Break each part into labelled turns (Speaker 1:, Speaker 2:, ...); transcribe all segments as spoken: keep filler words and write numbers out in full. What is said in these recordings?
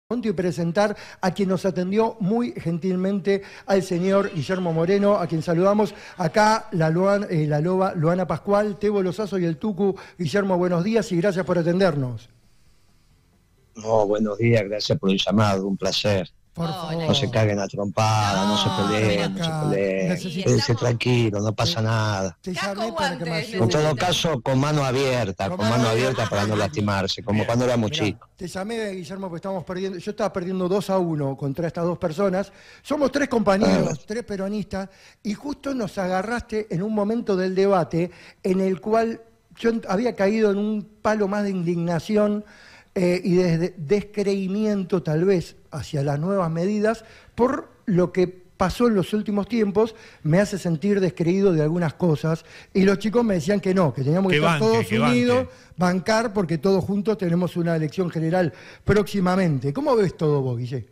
Speaker 1: Y presentar a quien nos atendió muy gentilmente, al señor Guillermo Moreno, a quien saludamos acá, la, Luan, eh, la loba Luana Pascual, Tebo Lozazo y el Tucu. Guillermo, buenos días y gracias por atendernos.
Speaker 2: No, buenos días, gracias por el llamado, un placer.
Speaker 1: Por
Speaker 2: oh,
Speaker 1: favor.
Speaker 2: No se caguen a trompada, no, no se peleen, no se peleen. Quédense tranquilo, no pasa nada.
Speaker 1: Te llamé para que me
Speaker 2: En todo caso, con mano abierta, con, con mano abierta para no lastimarse, como cuando éramos Mirá, chicos.
Speaker 1: Te llamé, Guillermo, porque estamos perdiendo, yo estaba perdiendo dos a uno contra estas dos personas. Somos tres compañeros, ah. tres peronistas, y justo nos agarraste en un momento del debate en el cual yo había caído en un palo más de indignación eh, y de descreimiento, tal vez, hacia las nuevas medidas, por lo que pasó en los últimos tiempos. Me hace sentir descreído de algunas cosas, y los chicos me decían que no, que teníamos que, que estar banque, todos que unidos, banque. bancar, porque todos juntos tenemos una elección general próximamente. ¿Cómo ves todo vos, Guille?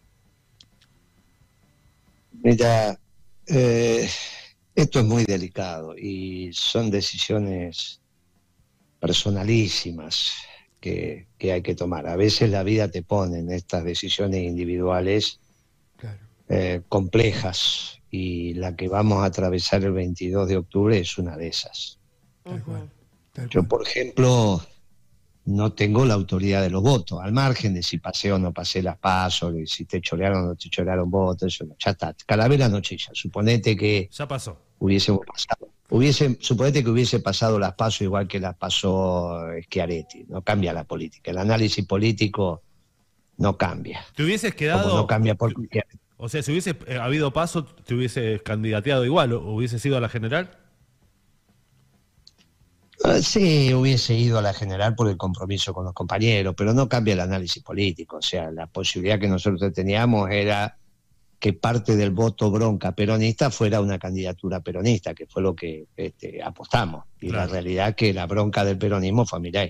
Speaker 2: Mira, eh, esto es muy delicado y son decisiones personalísimas que, que hay que tomar. A veces la vida te pone en estas decisiones individuales claro. eh, complejas, y la que vamos a atravesar el veintidós de octubre es una de esas.
Speaker 1: Tal cual, tal cual.
Speaker 2: Yo, por ejemplo, no tengo la autoridad de los votos, al margen de si pasé o no pasé las pasos, de si te chorearon o no te chorearon votos, eso no, ya está. Calavera no chilla. Suponete que
Speaker 3: ya pasó.
Speaker 2: Hubiésemos pasado. Hubiese, suponete que hubiese pasado las pasos igual que las pasó Schiaretti. No cambia la política. El análisis político no cambia.
Speaker 3: ¿Te hubieses quedado?
Speaker 2: Como no cambia por Schiaretti.
Speaker 3: O sea, si hubiese habido paso, ¿te hubieses candidateado igual? ¿O hubiese ido a la general?
Speaker 2: Uh, sí, hubiese ido a la general por el compromiso con los compañeros, pero no cambia el análisis político. O sea, la posibilidad que nosotros teníamos era que parte del voto bronca peronista fuera una candidatura peronista, que fue lo que este, apostamos. Y claro. La realidad es que la bronca del peronismo fue a Milei.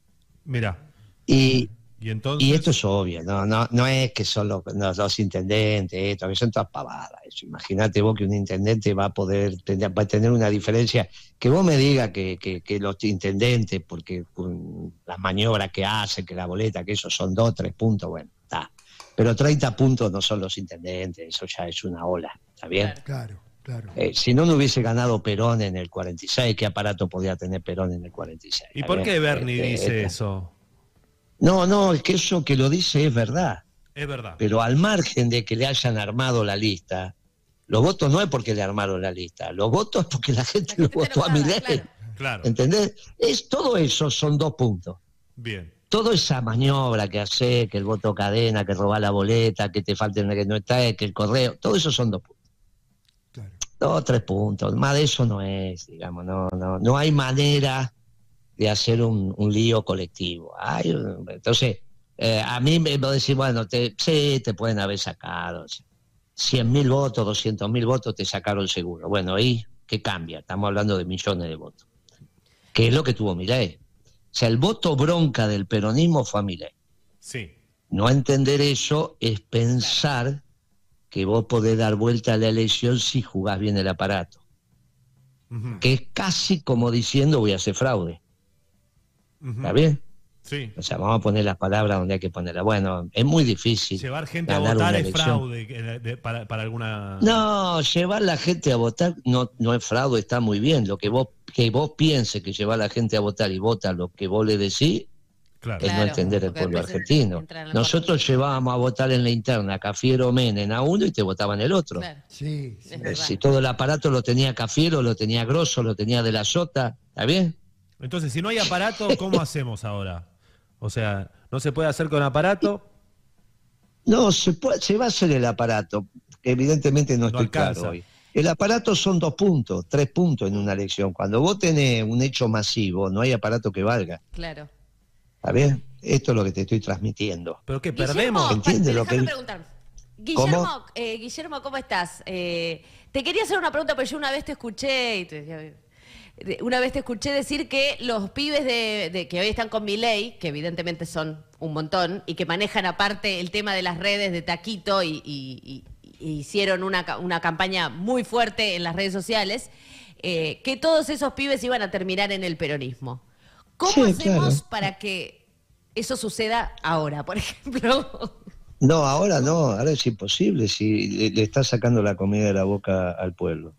Speaker 3: Mira.
Speaker 2: Y,
Speaker 3: ¿Y, entonces?
Speaker 2: y esto es obvio, no, no, no es que son los, los, los intendentes, esto, que son todas pavadas. Imagínate vos que un intendente va a poder tener, va a tener una diferencia. Que vos me digas que, que, que los intendentes, porque um, las maniobras que hacen, que la boleta, que esos son dos, tres puntos, bueno, está. Pero treinta puntos no son los intendentes, eso ya es una ola, ¿está bien?
Speaker 1: Claro, claro.
Speaker 2: Eh, si no, no hubiese ganado Perón en el cuarenta y seis, ¿qué aparato podía tener Perón en el cuarenta y seis?
Speaker 3: ¿Y por qué Bernie este, dice este, eso?
Speaker 2: No, no, es que eso que lo dice es verdad.
Speaker 3: Es verdad.
Speaker 2: Pero al margen de que le hayan armado la lista, los votos no es porque le armaron la lista, los votos es porque la gente, la gente lo votó a Milei.
Speaker 3: Claro. Claro.
Speaker 2: ¿Entendés? Es, todo eso son dos puntos.
Speaker 3: Bien.
Speaker 2: Toda esa maniobra que hace, que el voto cadena, que roba la boleta, que te falten que no está, que el correo, todo eso son dos puntos.
Speaker 1: Claro.
Speaker 2: Dos, tres puntos. Más de eso no es, digamos, no, no, no hay manera de hacer un, un lío colectivo. Hay, entonces, eh, a mí me voy a decir, bueno, te, sí, te pueden haber sacado cien mil votos, doscientos mil votos, te sacaron seguro. Bueno, ahí, ¿qué cambia? Estamos hablando de millones de votos. ¿Qué es lo que tuvo Milei? O sea, el voto bronca del peronismo fue a Milei.
Speaker 3: Sí.
Speaker 2: No entender eso es pensar que vos podés dar vuelta a la elección si jugás bien el aparato. Uh-huh. Que es casi como diciendo voy a hacer fraude. Uh-huh. ¿Está bien?
Speaker 3: Sí.
Speaker 2: O sea, vamos a poner las palabras donde hay que ponerlas. Bueno, es muy difícil.
Speaker 3: Llevar gente a votar es fraude de, de, para, para alguna...
Speaker 2: No, llevar la gente a votar no, no es fraude, está muy bien. Lo que vos, que vos pienses que llevar a la gente a votar y vota lo que vos le decís,
Speaker 3: claro.
Speaker 2: es
Speaker 4: claro,
Speaker 2: no entender el pueblo argentino. Nosotros
Speaker 4: corte.
Speaker 2: llevábamos a votar en la interna a Cafiero Menem a uno y te votaban el otro.
Speaker 4: Claro.
Speaker 1: Sí, sí.
Speaker 2: Eh, si todo el aparato lo tenía Cafiero, lo tenía Grosso, lo tenía De la Sota, ¿está bien?
Speaker 3: Entonces, si no hay aparato, ¿cómo hacemos ahora? O sea, ¿no se puede hacer con aparato?
Speaker 2: No, se, puede, se va a hacer el aparato, que evidentemente no, no estoy alcanza. Claro hoy. El aparato son dos puntos, tres puntos en una elección. Cuando vos tenés un hecho masivo, no hay aparato que valga.
Speaker 4: Claro.
Speaker 2: ¿Está bien? Esto es lo que te estoy transmitiendo.
Speaker 3: ¿Pero qué,
Speaker 4: Guillermo,
Speaker 3: perdemos?
Speaker 2: ¿Entiendes
Speaker 4: pa,
Speaker 2: lo que...?
Speaker 4: Preguntar. Guillermo, ¿Cómo? Eh, Guillermo, ¿cómo estás? Eh, te quería hacer una pregunta, pero yo una vez te escuché... Y te, Una vez te escuché decir que los pibes de, de que hoy están con Milei, que evidentemente son un montón, y que manejan aparte el tema de las redes de Taquito y, y, y, y hicieron una, una campaña muy fuerte en las redes sociales, eh, que todos esos pibes iban a terminar en el peronismo. ¿Cómo
Speaker 2: sí,
Speaker 4: hacemos
Speaker 2: claro.
Speaker 4: para que eso suceda ahora, por ejemplo.
Speaker 2: No, ahora no, ahora es imposible si le, le está sacando la comida de la boca al pueblo.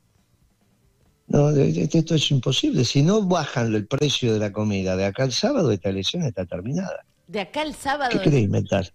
Speaker 2: No, esto es imposible. Si no bajan el precio de la comida de acá al sábado, esta elección está terminada.
Speaker 4: De acá al sábado.
Speaker 2: ¿Qué querés inventar?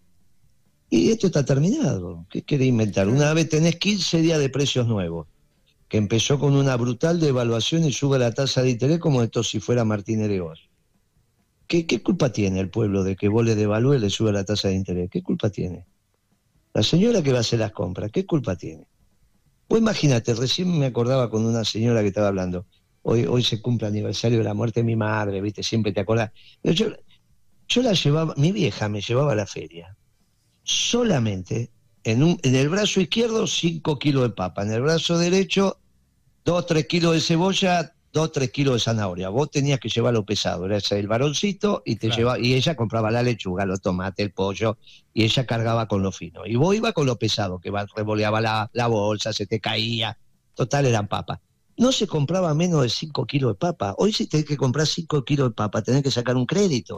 Speaker 2: Y esto está terminado. ¿Qué querés inventar? Una vez tenés quince días de precios nuevos, que empezó con una brutal devaluación y sube la tasa de interés como esto si fuera Martín Eregós. ¿Qué, ¿Qué culpa tiene el pueblo de que vos le devalúe y le sube la tasa de interés? ¿Qué culpa tiene? La señora que va a hacer las compras, ¿qué culpa tiene? Vos imagínate, recién me acordaba con una señora que estaba hablando, hoy, hoy se cumple el aniversario de la muerte de mi madre, ¿viste? Siempre te acordás. Yo, yo la llevaba, mi vieja me llevaba a la feria, solamente en, un, en el brazo izquierdo cinco kilos de papa, en el brazo derecho dos, tres kilos de cebolla, dos, tres kilos de zanahoria. Vos tenías que llevarlo pesado, era el varoncito y te claro. llevaba, y ella compraba la lechuga, los tomates, el pollo, y ella cargaba con lo fino. Y vos ibas con lo pesado, que revoleaba la, la bolsa, se te caía, total eran papas. No se compraba menos de cinco kilos de papa. Hoy si tenés que comprar cinco kilos de papa, tenés que sacar un crédito.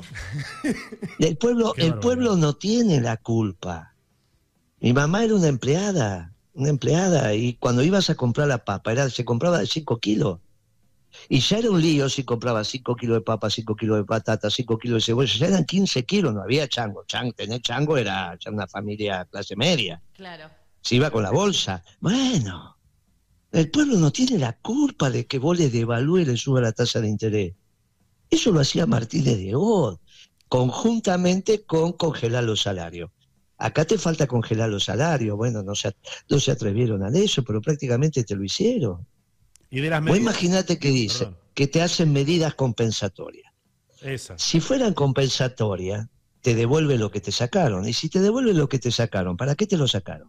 Speaker 2: El pueblo, el pueblo no tiene la culpa. Mi mamá era una empleada, una empleada, y cuando ibas a comprar la papa, era, se compraba de cinco kilos. Y ya era un lío si compraba cinco kilos de papa, cinco kilos de patata, cinco kilos de cebolla, ya eran quince kilos, no había chango. Chango tener chango era ya una familia clase media.
Speaker 4: Claro.
Speaker 2: Se iba con la bolsa. Bueno, el pueblo no tiene la culpa de que vos le devalúe y le suba la tasa de interés. Eso lo hacía Martínez de Oz, conjuntamente con congelar los salarios. Acá te falta congelar los salarios, bueno, no se, no se atrevieron a eso, pero prácticamente te lo hicieron.
Speaker 3: ¿Y de las
Speaker 2: medidas? Vos imagínate que dice Perdón. que te hacen medidas compensatorias.
Speaker 3: Esas.
Speaker 2: Si fueran compensatorias, te devuelve lo que te sacaron. Y si te devuelve lo que te sacaron, ¿para qué te lo sacaron?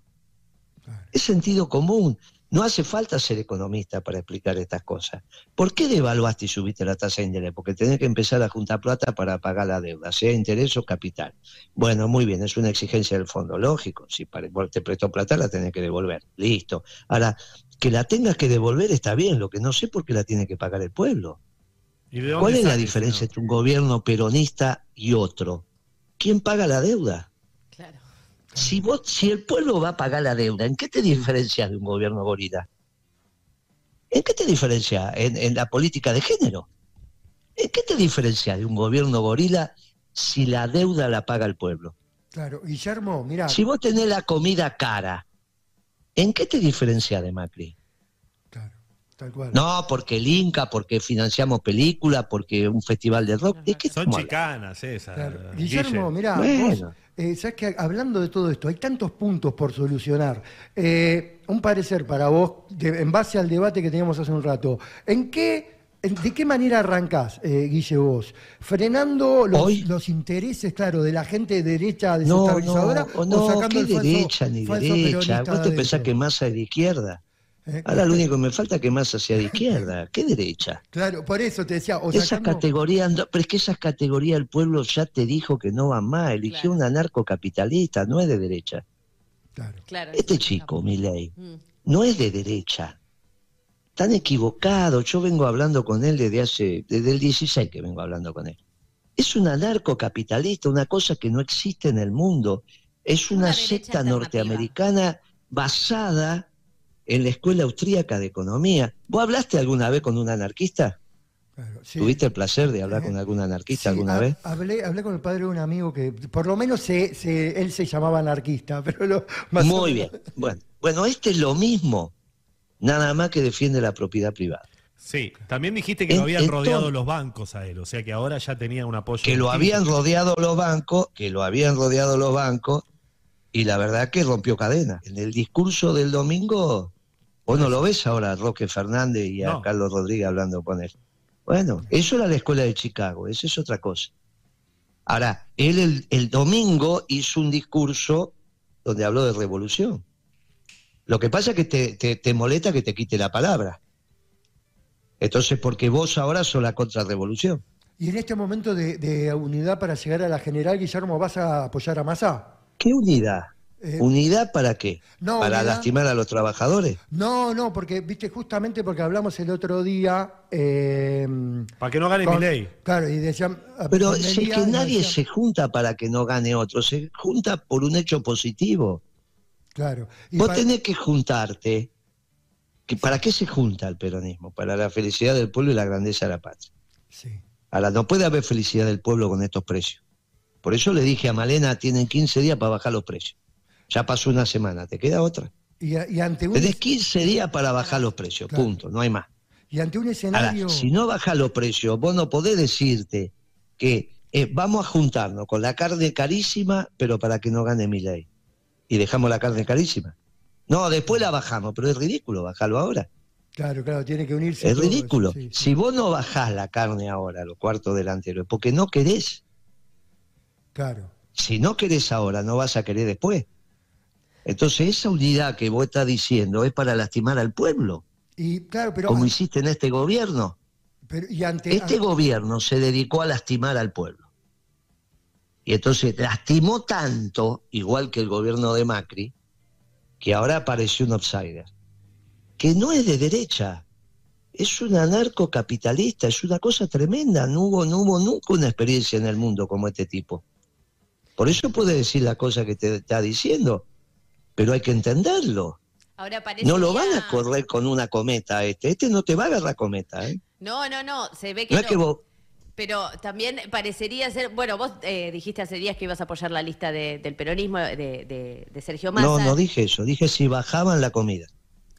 Speaker 2: Es sentido común. No hace falta ser economista para explicar estas cosas. ¿Por qué devaluaste y subiste la tasa de interés? Porque tenés que empezar a juntar plata para pagar la deuda, sea interés o capital. Bueno, muy bien, es una exigencia del fondo, lógico. Si te prestó plata, la tenés que devolver. Listo. Ahora, que la tengas que devolver está bien, lo que no sé por qué la tiene que pagar el pueblo. ¿Cuál es la diferencia entre un gobierno peronista y otro? ¿Quién paga la deuda?
Speaker 4: Claro.
Speaker 2: Si vos, si el pueblo va a pagar la deuda, ¿en qué te diferencias de un gobierno gorila? ¿En qué te diferencias? ¿En, en la política de género? ¿En qué te diferencias de un gobierno gorila si la deuda la paga el pueblo?
Speaker 1: Claro, Guillermo, mira.
Speaker 2: Si vos tenés la comida cara, ¿en qué te diferencias de Macri?
Speaker 1: Claro, tal cual.
Speaker 2: No, porque el Inca, porque financiamos películas, porque un festival de rock. ¿De qué
Speaker 3: Son chicanas esas.
Speaker 1: Claro. Guillermo, mira,
Speaker 2: bueno.
Speaker 1: vos, eh, sabes que hablando de todo esto, hay tantos puntos por solucionar. Eh, un parecer para vos, de, en base al debate que teníamos hace un rato. ¿En qué, en, ¿De qué manera arrancás, eh, Guille, vos? ¿Frenando los, los intereses, claro, de la gente derecha desestabilizadora?
Speaker 2: No, no,
Speaker 1: o sacando
Speaker 2: ¿qué
Speaker 1: el falso,
Speaker 2: derecha ni
Speaker 1: falso
Speaker 2: derecha? ¿Vos te
Speaker 1: de
Speaker 2: pensás
Speaker 1: eso?
Speaker 2: que Massa es de izquierda?
Speaker 1: Eh,
Speaker 2: Ahora lo único que me falta es que Massa sea de izquierda. ¿Qué derecha?
Speaker 1: Claro, por eso te decía. O
Speaker 2: Esas
Speaker 1: sacando...
Speaker 2: categorías, no, pero es que esas categorías el pueblo ya te dijo que no van más. Eligió
Speaker 4: Claro.
Speaker 2: un anarcocapitalista, no es de derecha.
Speaker 1: Claro.
Speaker 4: Claro,
Speaker 2: Este
Speaker 4: sí,
Speaker 2: chico,
Speaker 4: no.
Speaker 2: Milei,
Speaker 4: Mm.
Speaker 2: no es de derecha. Están equivocados. Yo vengo hablando con él desde hace, desde el dieciséis que vengo hablando con él. Es un anarcocapitalista, una cosa que no existe en el mundo. Es una,
Speaker 4: Una derecha
Speaker 2: secta
Speaker 4: alternativa.
Speaker 2: norteamericana basada en la Escuela Austríaca de Economía. ¿Vos hablaste alguna vez con un anarquista?
Speaker 1: Claro, sí.
Speaker 2: ¿Tuviste el placer de hablar
Speaker 1: Eh,
Speaker 2: con algún anarquista
Speaker 1: Sí,
Speaker 2: alguna
Speaker 1: ha-
Speaker 2: vez?
Speaker 1: Hablé, hablé con el padre de un amigo que por lo menos se, se- él se llamaba anarquista, pero lo, más o
Speaker 2: Muy
Speaker 1: menos-
Speaker 2: bien. Bueno, bueno, este es lo mismo, nada más que defiende la propiedad privada.
Speaker 3: Sí, también dijiste que
Speaker 2: En-
Speaker 3: lo habían
Speaker 2: en
Speaker 3: rodeado
Speaker 2: todo-
Speaker 3: los bancos a él, o sea que ahora ya tenía un apoyo.
Speaker 2: Que lo
Speaker 3: distinto.
Speaker 2: habían rodeado los bancos, que lo habían rodeado los bancos, y la verdad que rompió cadena. En el discurso del domingo, vos no lo ves ahora a Roque Fernández y a
Speaker 3: No.
Speaker 2: Carlos Rodríguez hablando con él. Bueno, eso era la escuela de Chicago, eso es otra cosa. Ahora, él el, el domingo hizo un discurso donde habló de revolución. Lo que pasa es que te, te, te molesta que te quite la palabra. Entonces, porque vos ahora sos la contrarrevolución.
Speaker 1: Y en este momento de, de unidad para llegar a la general, Guillermo, ¿vas a apoyar a Massa?
Speaker 2: ¿Qué unidad?
Speaker 1: Eh,
Speaker 2: ¿Unidad para qué?
Speaker 1: no,
Speaker 2: ¿Para
Speaker 1: unidad-
Speaker 2: lastimar a los trabajadores?
Speaker 1: No, no, porque, viste, justamente porque hablamos el otro día... eh,
Speaker 3: Para que no gane
Speaker 1: con-
Speaker 3: Milei.
Speaker 1: Claro, y decían...
Speaker 2: Pero
Speaker 1: con
Speaker 2: si es
Speaker 1: Elías
Speaker 2: que
Speaker 1: nos
Speaker 2: nadie
Speaker 1: decían-
Speaker 2: se junta para que no gane otro, se junta por un hecho positivo.
Speaker 1: Claro. Y
Speaker 2: Vos
Speaker 1: pa-
Speaker 2: tenés que juntarte. Que ¿Para qué se junta el peronismo? Para la felicidad del pueblo y la grandeza de la patria.
Speaker 1: Sí.
Speaker 2: Ahora, no puede haber felicidad del pueblo con estos precios. Por eso le dije a Malena, tienen quince días para bajar los precios. Ya pasó una semana, ¿te queda otra?
Speaker 1: Y, y ante un,
Speaker 2: Tenés quince días para bajar los precios,
Speaker 1: Claro.
Speaker 2: punto, no hay más.
Speaker 1: y ante un
Speaker 2: Ahora,
Speaker 1: escenario...
Speaker 2: si no bajas los precios, vos no podés decirte que eh, vamos a juntarnos con la carne carísima, pero para que no gane Milei. Y dejamos la carne carísima. No, después la bajamos, pero es ridículo bajarlo ahora.
Speaker 1: Claro, claro, tiene que unirse.
Speaker 2: Es
Speaker 1: todo eso,
Speaker 2: ridículo.
Speaker 1: sí, sí.
Speaker 2: Si vos no bajás la carne ahora, los cuartos delanteros, es porque no querés.
Speaker 1: Claro.
Speaker 2: Si no querés ahora, no vas a querer después. Entonces, esa unidad que vos estás diciendo es para lastimar al pueblo,
Speaker 1: Y claro, pero...
Speaker 2: como hiciste en este gobierno.
Speaker 1: pero- y ante,
Speaker 2: Este gobierno se dedicó a lastimar al pueblo. Y entonces lastimó tanto, igual que el gobierno de Macri, que ahora apareció un outsider, que no es de derecha, es un anarcocapitalista, es una cosa tremenda, no hubo, no hubo nunca una experiencia en el mundo como este tipo. Por eso puede decir la cosa que te está diciendo, pero hay que entenderlo.
Speaker 4: Ahora
Speaker 2: No lo van
Speaker 4: parecería-
Speaker 2: a correr con una cometa este, este no te va a agarrar cometa, ¿eh?
Speaker 4: No, no, no, se ve que
Speaker 2: No
Speaker 4: no.
Speaker 2: es que vos...
Speaker 4: Pero también parecería ser, bueno, vos eh, dijiste hace días que ibas a apoyar la lista de- del peronismo de, de- de Sergio Massa.
Speaker 2: No, no dije eso, dije si bajaban la comida.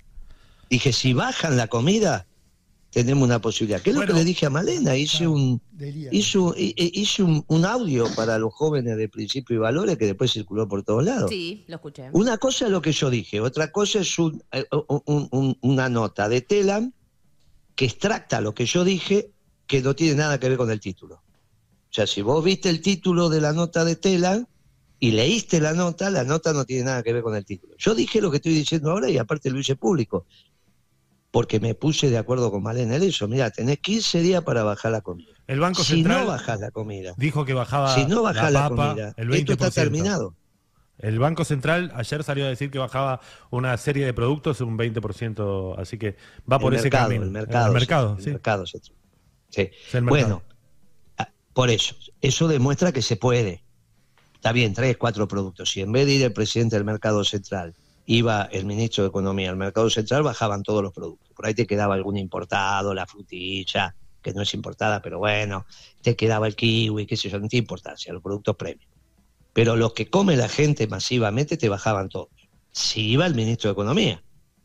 Speaker 2: Dije, si bajan la comida, tenemos una posibilidad. ¿Qué es
Speaker 3: Bueno,
Speaker 2: lo que le dije a Malena? Hice
Speaker 1: claro,
Speaker 2: un,
Speaker 1: de Elías.
Speaker 2: hizo, hi- hi- hice un, un audio para los jóvenes de Principio y Valores que después circuló por todos lados.
Speaker 4: Sí, lo escuché.
Speaker 2: Una cosa es lo que yo dije, otra cosa es un- eh, un- un- una nota de Telam que extracta lo que yo dije que no tiene nada que ver con el título. O sea, si vos viste el título de la nota de Telam y leíste la nota, la nota no tiene nada que ver con el título. Yo dije lo que estoy diciendo ahora y aparte lo hice público, porque me puse de acuerdo con Malena en eso. Mira, tenés quince días para bajar la comida.
Speaker 3: El Banco
Speaker 2: Si
Speaker 3: Central
Speaker 2: no bajás la comida,
Speaker 3: dijo que bajaba
Speaker 2: si no bajás la,
Speaker 3: la papa
Speaker 2: comida,
Speaker 3: el veinte
Speaker 2: esto
Speaker 3: por
Speaker 2: está
Speaker 3: ciento.
Speaker 2: terminado.
Speaker 3: El Banco Central ayer salió a decir que bajaba una serie de productos un veinte por ciento, así que va por
Speaker 2: el
Speaker 3: ese
Speaker 2: mercado,
Speaker 3: camino.
Speaker 2: El mercado,
Speaker 3: el mercado,
Speaker 2: el
Speaker 3: sí.
Speaker 2: mercado se- sí.
Speaker 3: Es el mercado.
Speaker 2: Bueno, ah, por eso, eso demuestra que se puede. Está bien, tres, cuatro productos. Si en vez de ir el presidente del mercado central, iba el ministro de Economía al mercado central, bajaban todos los productos. Por ahí te quedaba algún importado, la frutilla, que no es importada, pero bueno, te quedaba el kiwi, qué sé yo, no tiene importancia, los productos premium. Pero los que come la gente masivamente te bajaban todos. Si iba el ministro de Economía.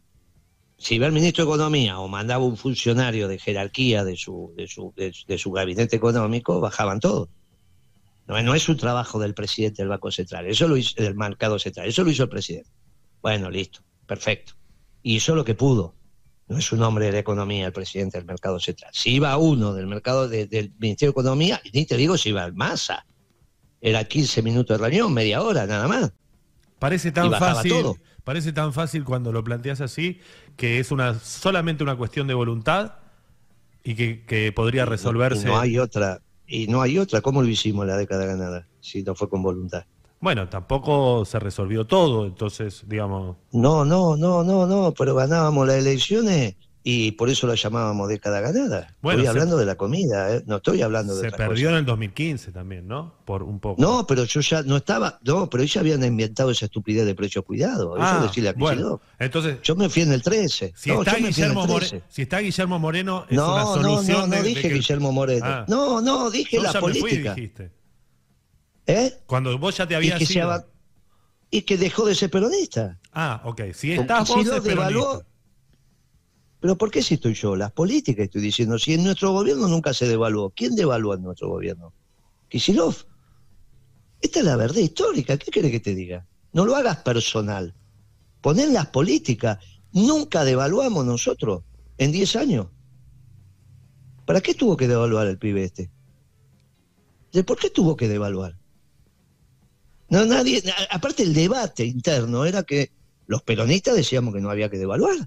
Speaker 2: Si iba el ministro de Economía o mandaba un funcionario de jerarquía de su, de su, de, de su gabinete económico, bajaban todos. No, no es un trabajo del presidente del Banco Central, eso lo hizo del mercado central, eso lo hizo el presidente. Bueno, listo, perfecto. Y hizo lo que pudo. No es un hombre de la economía el presidente del mercado central. Si iba uno del mercado de, del Ministerio de Economía, ni te digo si iba el Massa, era quince minutos de reunión, media hora, nada más.
Speaker 3: Parece
Speaker 2: Y
Speaker 3: tan
Speaker 2: bajaba
Speaker 3: fácil,
Speaker 2: todo.
Speaker 3: parece tan fácil cuando lo planteas así, que es una solamente una cuestión de voluntad y que, que podría resolverse.
Speaker 2: Y no hay otra, y no hay otra. ¿Cómo lo hicimos la década ganada? Si no fue con voluntad.
Speaker 3: Bueno, tampoco se resolvió todo, entonces, digamos,
Speaker 2: No, no, no, no, no, pero ganábamos las elecciones y por eso la llamábamos década ganada.
Speaker 3: Bueno,
Speaker 2: estoy
Speaker 3: se-
Speaker 2: hablando de la comida, ¿eh? No estoy hablando de
Speaker 3: se
Speaker 2: otra
Speaker 3: perdió
Speaker 2: cosa.
Speaker 3: en el dos mil quince también, ¿no? Por un poco.
Speaker 2: No, pero yo ya no estaba, no, pero ellos habían inventado esa estupidez de precio cuidado. Eso
Speaker 3: Ah,
Speaker 2: decirle a
Speaker 3: bueno,
Speaker 2: Kicillof.
Speaker 3: entonces,
Speaker 2: Yo me fui en el trece.
Speaker 3: si,
Speaker 2: no,
Speaker 3: está
Speaker 2: yo me fui en el
Speaker 3: Guillermo
Speaker 2: trece.
Speaker 3: More- si está Guillermo Moreno, es una
Speaker 2: No, no,
Speaker 3: solución
Speaker 2: no, no
Speaker 3: de- de
Speaker 2: dije
Speaker 3: que-
Speaker 2: Guillermo Moreno.
Speaker 3: Ah.
Speaker 2: No, no, dije
Speaker 3: Yo
Speaker 2: la
Speaker 3: ya me fui,
Speaker 2: política.
Speaker 3: dijiste.
Speaker 2: ¿Eh?
Speaker 3: Cuando vos ya te
Speaker 2: Y
Speaker 3: habías
Speaker 2: que, se
Speaker 3: ido.
Speaker 2: aba- y que dejó de ser peronista.
Speaker 3: Ah, ok. Si
Speaker 2: Porque
Speaker 3: estás
Speaker 2: si
Speaker 3: vos,
Speaker 2: no
Speaker 3: es
Speaker 2: devaluó-
Speaker 3: peronista.
Speaker 2: Pero ¿por qué si estoy yo? Las políticas estoy diciendo. Si en nuestro gobierno nunca se devaluó. ¿Quién devaluó en nuestro gobierno? Kicillof. Esta es la verdad histórica. ¿Qué quiere que te diga? No lo hagas personal. Poner las políticas. Nunca devaluamos nosotros en diez años. ¿Para qué tuvo que devaluar el pibe este? ¿De por qué tuvo que devaluar? No, nadie. a- Aparte, el debate interno era que los peronistas decíamos que no había que devaluar.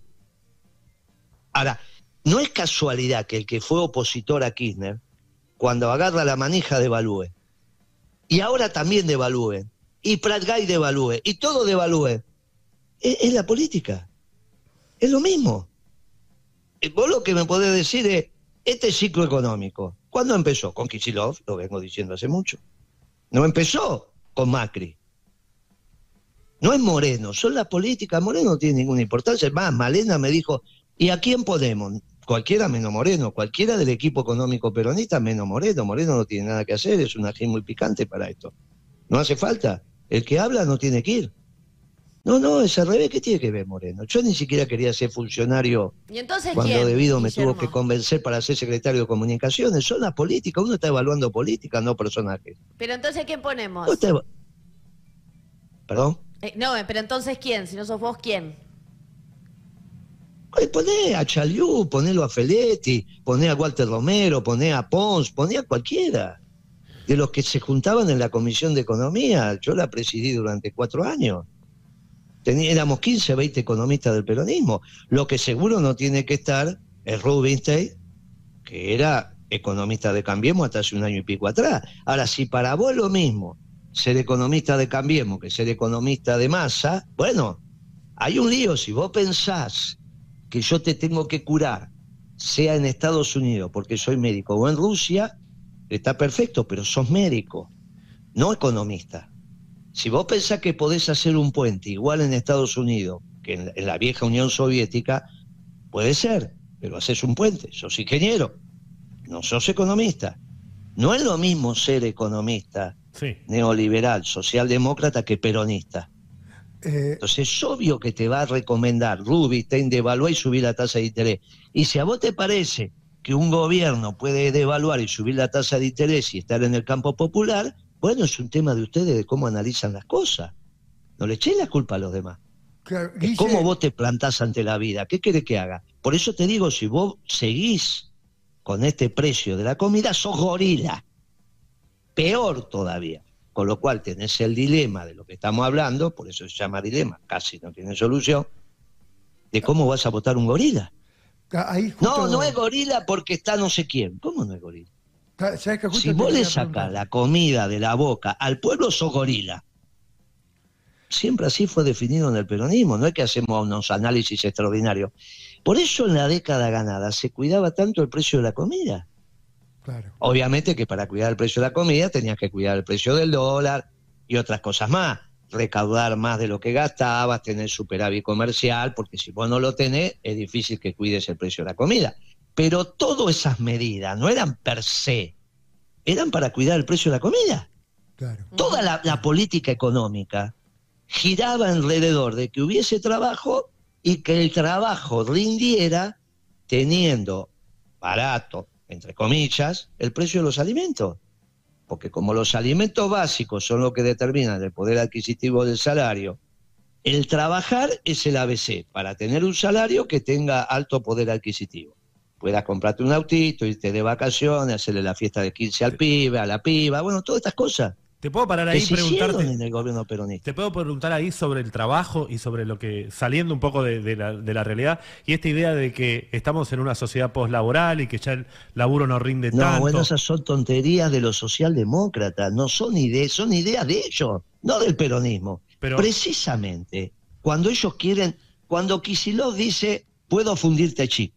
Speaker 2: Ahora, no es casualidad que el que fue opositor a Kirchner, cuando agarra la manija, devalúe. Y ahora también devalúe. y Pratgay devalúe, y todo devalúe. Es, es la política. Es lo mismo. Vos lo que me podés decir es, este ciclo económico, ¿cuándo empezó? Con Kicillof, lo vengo diciendo hace mucho. No empezó con Macri. No es Moreno, son las políticas. Moreno no tiene ninguna importancia. Es más, Malena me dijo, ¿y a quién ponemos? Cualquiera menos Moreno, cualquiera del equipo económico peronista menos Moreno. Moreno no tiene nada que hacer, es un ají muy picante para esto. No hace falta. El que habla no tiene que ir. No, no, es al revés. ¿Qué tiene que ver Moreno? Yo ni siquiera quería ser funcionario.
Speaker 4: ¿Y entonces
Speaker 2: cuando
Speaker 4: quién,
Speaker 2: debido me
Speaker 4: Guillermo?
Speaker 2: tuvo que convencer para ser secretario de comunicaciones. Son las políticas, uno está evaluando política, no personajes.
Speaker 4: Pero entonces, ¿quién ponemos?
Speaker 2: Uno está eva- ¿Perdón?
Speaker 4: Eh, no, pero entonces, ¿quién? Si no sos vos, ¿quién?
Speaker 2: Ay, poné a Chaliú, ponelo a Feletti, poné a Walter Romero, poné a Pons, poné a cualquiera. De los que se juntaban en la Comisión de Economía, yo la presidí durante cuatro años. Tení, éramos quince, veinte economistas del peronismo. Lo que seguro no tiene que estar es Rubinstein, que era economista de Cambiemos hasta hace un año y pico atrás. Ahora, si para vos es lo mismo ser economista de Cambiemos que ser economista de Massa, bueno, hay un lío. Si vos pensás que yo te tengo que curar, sea en Estados Unidos porque soy médico o en Rusia, está perfecto, pero sos médico, no economista. Si vos pensás que podés hacer un puente igual en Estados Unidos que en, en la vieja Unión Soviética, puede ser, pero haces un puente, sos ingeniero, no sos economista. No es lo mismo ser economista,
Speaker 3: Sí.
Speaker 2: neoliberal, socialdemócrata, que peronista.
Speaker 1: Eh,
Speaker 2: Entonces es obvio que te va a recomendar Rubinstein devaluar y subir la tasa de interés. Y si a vos te parece que un gobierno puede devaluar y subir la tasa de interés y estar en el campo popular, bueno, es un tema de ustedes de cómo analizan las cosas. No le echéis la culpa a los demás.
Speaker 1: claro,
Speaker 2: Es
Speaker 1: Guille,
Speaker 2: cómo vos te plantás ante la vida. ¿Qué querés que haga? Por eso te digo, si vos seguís con este precio de la comida, sos gorila. Peor todavía. Con lo cual tenés el dilema de lo que estamos hablando, por eso se llama dilema, casi no tiene solución, de cómo vas a votar un gorila.
Speaker 1: ahí justo-
Speaker 2: No, no es gorila porque está no sé quién. ¿Cómo no es gorila?
Speaker 1: ¿sabés que justo
Speaker 2: Si
Speaker 1: te
Speaker 2: vos
Speaker 1: quería
Speaker 2: le sacás
Speaker 1: preguntar?
Speaker 2: la comida de la boca al pueblo, sos gorila. Siempre así fue definido en el peronismo, no es que hacemos unos análisis extraordinarios. Por eso en la década ganada se cuidaba tanto el precio de la comida.
Speaker 1: Claro.
Speaker 2: Obviamente que para cuidar el precio de la comida tenías que cuidar el precio del dólar y otras cosas más. Recaudar más de lo que gastabas, tener superávit comercial, porque si vos no lo tenés, es difícil que cuides el precio de la comida. Pero todas esas medidas no eran per se, eran para cuidar el precio de la comida.
Speaker 1: Claro.
Speaker 2: Toda la, la política económica giraba alrededor de que hubiese trabajo y que el trabajo rindiera teniendo barato, entre comillas, el precio de los alimentos. Porque como los alimentos básicos son lo que determinan el poder adquisitivo del salario, el trabajar es el A B C para tener un salario que tenga alto poder adquisitivo. Puedas comprarte un autito, irte de vacaciones, hacerle la fiesta de quince al pibe, a la piba, bueno, todas estas cosas
Speaker 3: Te puedo parar
Speaker 2: que
Speaker 3: ahí y
Speaker 2: se hicieron
Speaker 3: preguntarte.
Speaker 2: en el gobierno peronista.
Speaker 3: Te puedo preguntar ahí sobre el trabajo y sobre lo que, saliendo un poco de, de la, de la realidad, y esta idea de que estamos en una sociedad poslaboral y que ya el laburo no rinde
Speaker 2: No,
Speaker 3: tanto.
Speaker 2: bueno, esas son tonterías de los socialdemócratas, no son ideas, son ideas de ellos, no del peronismo.
Speaker 3: Pero-
Speaker 2: Precisamente, cuando ellos quieren, cuando Kicillof dice, puedo fundirte chico.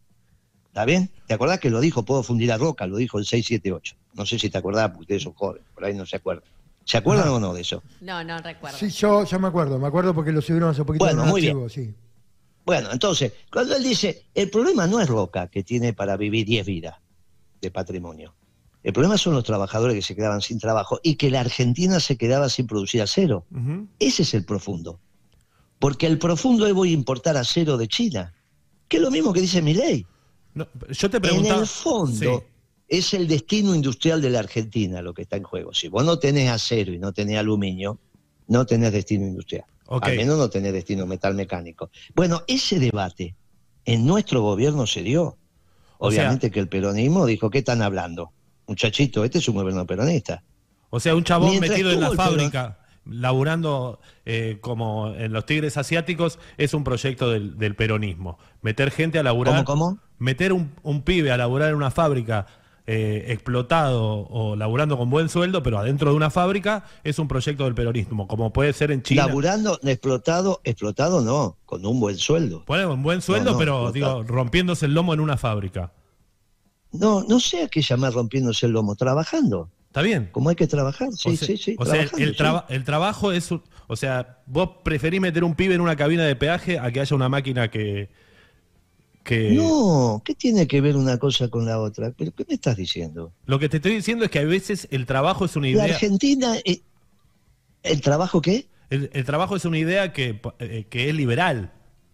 Speaker 2: ¿Está bien? ¿Te acordás que lo dijo, puedo fundir a Roca? Lo dijo el seis siete ocho. No sé si te acordás, porque ustedes son jóvenes, por ahí no se acuerdan. ¿Se acuerdan
Speaker 1: Ah.
Speaker 2: o no de eso?
Speaker 4: No, no recuerdo.
Speaker 1: Sí, yo ya me acuerdo, me acuerdo porque lo subieron hace poquito
Speaker 2: Bueno,
Speaker 1: en un
Speaker 2: muy bien.
Speaker 1: archivo, sí.
Speaker 2: Bueno, entonces, cuando él dice, el problema no es Roca, que tiene para vivir diez vidas de patrimonio. El problema son los trabajadores que se quedaban sin trabajo y que la Argentina se quedaba sin producir acero.
Speaker 3: Ujú.
Speaker 2: Ese es el profundo. Porque el profundo es voy a importar acero de China, que es lo mismo que dice Milei.
Speaker 3: No, yo te
Speaker 2: En
Speaker 3: preguntaba.
Speaker 2: el fondo
Speaker 3: Sí.
Speaker 2: es el destino industrial de la Argentina lo que está en juego. Si vos no tenés acero y no tenés aluminio, no tenés destino industrial.
Speaker 3: Ok.
Speaker 2: Al menos no tenés destino metal mecánico. Bueno, ese debate en nuestro gobierno se dio.
Speaker 3: O sea-
Speaker 2: Obviamente que el peronismo dijo, ¿qué están hablando? Muchachito, este es un gobierno peronista.
Speaker 3: O sea, un chabón
Speaker 2: Mientras
Speaker 3: metido en la
Speaker 2: estuvo el
Speaker 3: fábrica, laburando eh, como en los Tigres Asiáticos, es un proyecto del, del peronismo. Meter gente a laburar.
Speaker 2: ¿Cómo, cómo?
Speaker 3: Meter un, un pibe a laburar en una fábrica eh, explotado o laburando con buen sueldo, pero adentro de una fábrica, es un proyecto del peronismo, como puede ser en China.
Speaker 2: Laburando, explotado, explotado no, con un buen sueldo.
Speaker 3: Bueno, un buen sueldo, no, no, pero explotado. Digo, rompiéndose el lomo en una fábrica.
Speaker 2: No, no sé a qué llamar rompiéndose el lomo, trabajando.
Speaker 3: ¿Está bien?
Speaker 2: Como hay que trabajar, sí,
Speaker 3: o sea,
Speaker 2: sí, sí.
Speaker 3: O sea, el, traba sí. el trabajo es, un, o sea, vos preferís meter un pibe en una cabina de peaje a que haya una máquina que... que...
Speaker 2: No, ¿qué tiene que ver una cosa con la otra? ¿Pero qué me estás diciendo?
Speaker 3: Lo que te estoy diciendo es que a veces el trabajo es una idea...
Speaker 2: La Argentina, eh, ¿el trabajo qué?
Speaker 3: El, el trabajo es una idea que, eh, que es liberal.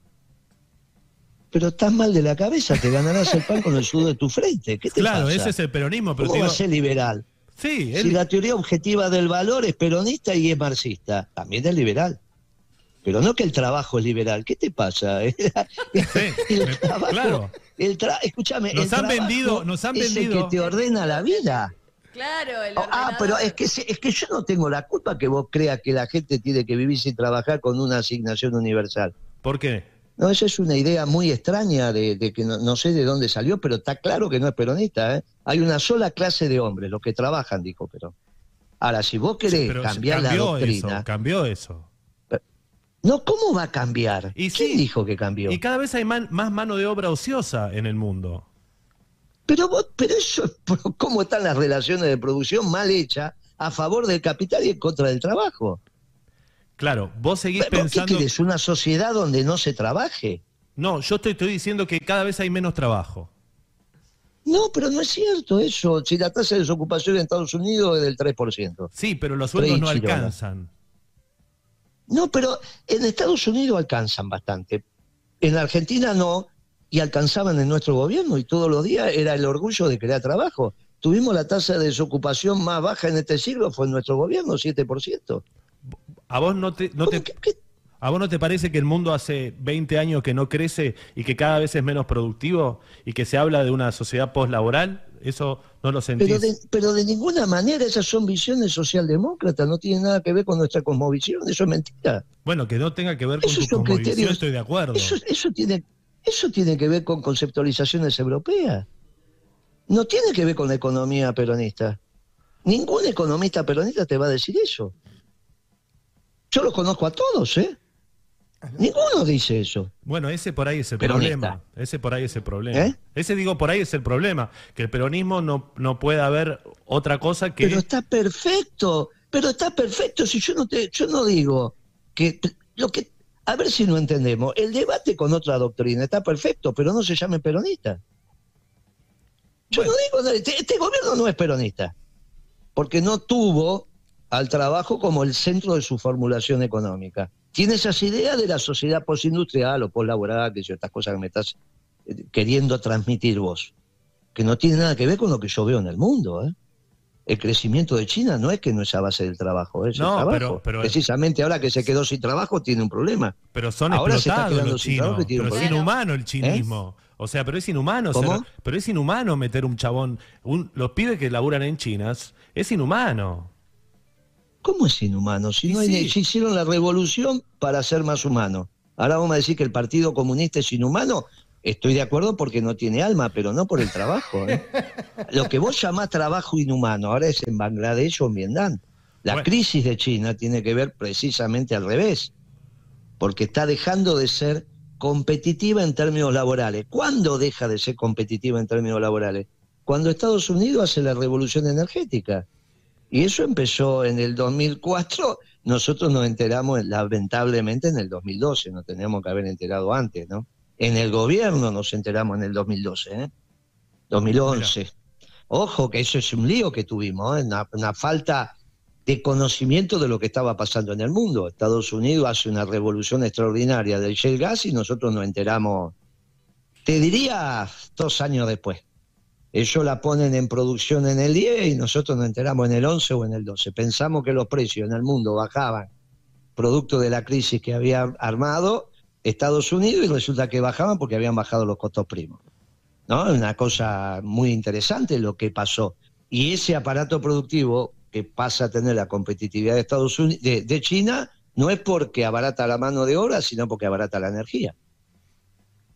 Speaker 2: Pero estás mal de la cabeza, te ganarás el pan con el sudor de tu frente. ¿Qué te
Speaker 3: claro,
Speaker 2: pasa?
Speaker 3: Ese es el peronismo. Pero
Speaker 2: ¿Cómo
Speaker 3: digo...
Speaker 2: va a ser liberal?
Speaker 3: Sí,
Speaker 2: él... Si la teoría objetiva del valor es peronista y es marxista, también es liberal. Pero no que el trabajo es liberal. ¿Qué te pasa?
Speaker 3: Sí,
Speaker 2: el trabajo,
Speaker 3: claro.
Speaker 2: El tra... Escúchame,
Speaker 3: nos
Speaker 2: el
Speaker 3: han vendido, nos han
Speaker 2: es
Speaker 3: vendido.
Speaker 2: el que te ordena la vida.
Speaker 4: Claro, el
Speaker 2: ordenador. Ah, pero es que, es que yo no tengo la culpa que vos creas que la gente tiene que vivir sin trabajar con una asignación universal.
Speaker 3: ¿Por qué?
Speaker 2: No, esa es una idea muy extraña de, de que no, no sé de dónde salió, pero está claro que no es peronista, ¿eh? Hay una sola clase de hombres, los que trabajan, dijo Perón. Ahora, si vos querés sí, cambiar la doctrina...
Speaker 3: Eso, cambió eso.
Speaker 2: No, ¿cómo va a cambiar?
Speaker 3: Y
Speaker 2: ¿Quién
Speaker 3: sí,
Speaker 2: dijo que cambió?
Speaker 3: Y cada vez hay man, más mano de obra ociosa en el mundo.
Speaker 2: Pero vos, pero eso, ¿cómo están las relaciones de producción mal hechas a favor del capital y en contra del trabajo?
Speaker 3: Claro, vos seguís
Speaker 2: ¿Pero
Speaker 3: pensando...
Speaker 2: ¿Qué querés? ¿Una sociedad donde no se trabaje?
Speaker 3: No, yo te estoy diciendo que cada vez hay menos trabajo.
Speaker 2: No, pero no es cierto eso. Si la tasa de desocupación en Estados Unidos es del tres por ciento.
Speaker 3: Sí, pero los sueldos no alcanzan.
Speaker 2: No, pero en Estados Unidos alcanzan bastante. En Argentina no, y alcanzaban en nuestro gobierno, y todos los días era el orgullo de crear trabajo. Tuvimos la tasa de desocupación más baja en este siglo, fue en nuestro gobierno, siete por ciento.
Speaker 3: ¿A vos no te, no te,
Speaker 2: ¿Qué, qué?
Speaker 3: ¿A vos no te parece que el mundo hace veinte años que no crece y que cada vez es menos productivo y que se habla de una sociedad postlaboral? ¿Eso no lo sentís?
Speaker 2: Pero de, pero de ninguna manera esas son visiones socialdemócratas, no tienen nada que ver con nuestra cosmovisión, eso es mentira.
Speaker 3: Bueno, que no tenga que ver con
Speaker 2: Esos
Speaker 3: tu cosmovisión,
Speaker 2: criterios,
Speaker 3: estoy de acuerdo.
Speaker 2: Eso, eso, tiene, eso tiene que ver con conceptualizaciones europeas. No tiene que ver con la economía peronista. Ningún economista peronista te va a decir eso. Yo los conozco a todos, ¿eh? Ninguno dice eso.
Speaker 3: Bueno, ese por ahí es el
Speaker 2: Peronista.
Speaker 3: problema. Ese por ahí es el problema.
Speaker 2: ¿Eh?
Speaker 3: Ese digo, por ahí es el problema. Que el peronismo no, no puede haber otra cosa que...
Speaker 2: Pero está perfecto. Pero está perfecto. Si yo no te, yo no digo que lo que... A ver si no entendemos. El debate con otra doctrina está perfecto, pero no se llame peronista. Yo bueno. no digo... Este, este gobierno no es peronista. Porque no tuvo al trabajo como el centro de su formulación económica. Tiene esas ideas de la sociedad postindustrial o poslaboral, que son estas cosas que me estás queriendo transmitir vos, que no tiene nada que ver con lo que yo veo en el mundo, ¿eh? El crecimiento de China no es que no es a base del trabajo, es
Speaker 3: no,
Speaker 2: el trabajo.
Speaker 3: Pero, pero
Speaker 2: precisamente ahora que se quedó sin trabajo tiene un problema.
Speaker 3: Pero son
Speaker 2: ahora
Speaker 3: explotados los chinos,
Speaker 2: pero
Speaker 3: es
Speaker 2: problema.
Speaker 3: inhumano el chinismo. ¿Eh? O sea, pero es inhumano,
Speaker 2: ¿Cómo?
Speaker 3: Ser, pero es inhumano meter un chabón, un, los pibes que laburan en China, es inhumano.
Speaker 2: ¿Cómo es inhumano? Si no hay,
Speaker 3: sí.
Speaker 2: si hicieron la revolución para ser más humano. Ahora vamos a decir que el Partido Comunista es inhumano. Estoy de acuerdo porque no tiene alma, pero no por el trabajo, ¿eh? Lo que vos llamás trabajo inhumano ahora es en Bangladesh o en Vietnam. La
Speaker 3: bueno.
Speaker 2: crisis de China tiene que ver precisamente al revés, porque está dejando de ser competitiva en términos laborales. ¿Cuándo deja de ser competitiva en términos laborales? Cuando Estados Unidos hace la revolución energética. Y eso empezó en el dos mil cuatro, nosotros nos enteramos lamentablemente en el dos mil doce, nos teníamos que haber enterado antes, ¿no? En el gobierno nos enteramos en el dos mil doce, ¿eh? dos mil once. Mira. Ojo que eso es un lío que tuvimos, ¿eh? una, una falta de conocimiento de lo que estaba pasando en el mundo. Estados Unidos hace una revolución extraordinaria del shale gas y nosotros nos enteramos, te diría, dos años después. Ellos la ponen en producción en el diez y nosotros nos enteramos en el once o en el doce. Pensamos que los precios en el mundo bajaban producto de la crisis que había armado Estados Unidos y resulta que bajaban porque habían bajado los costos primos, ¿no? Una cosa muy interesante lo que pasó. Y ese aparato productivo que pasa a tener la competitividad de Estados Unidos, de, de China, no es porque abarata la mano de obra, sino porque abarata la energía.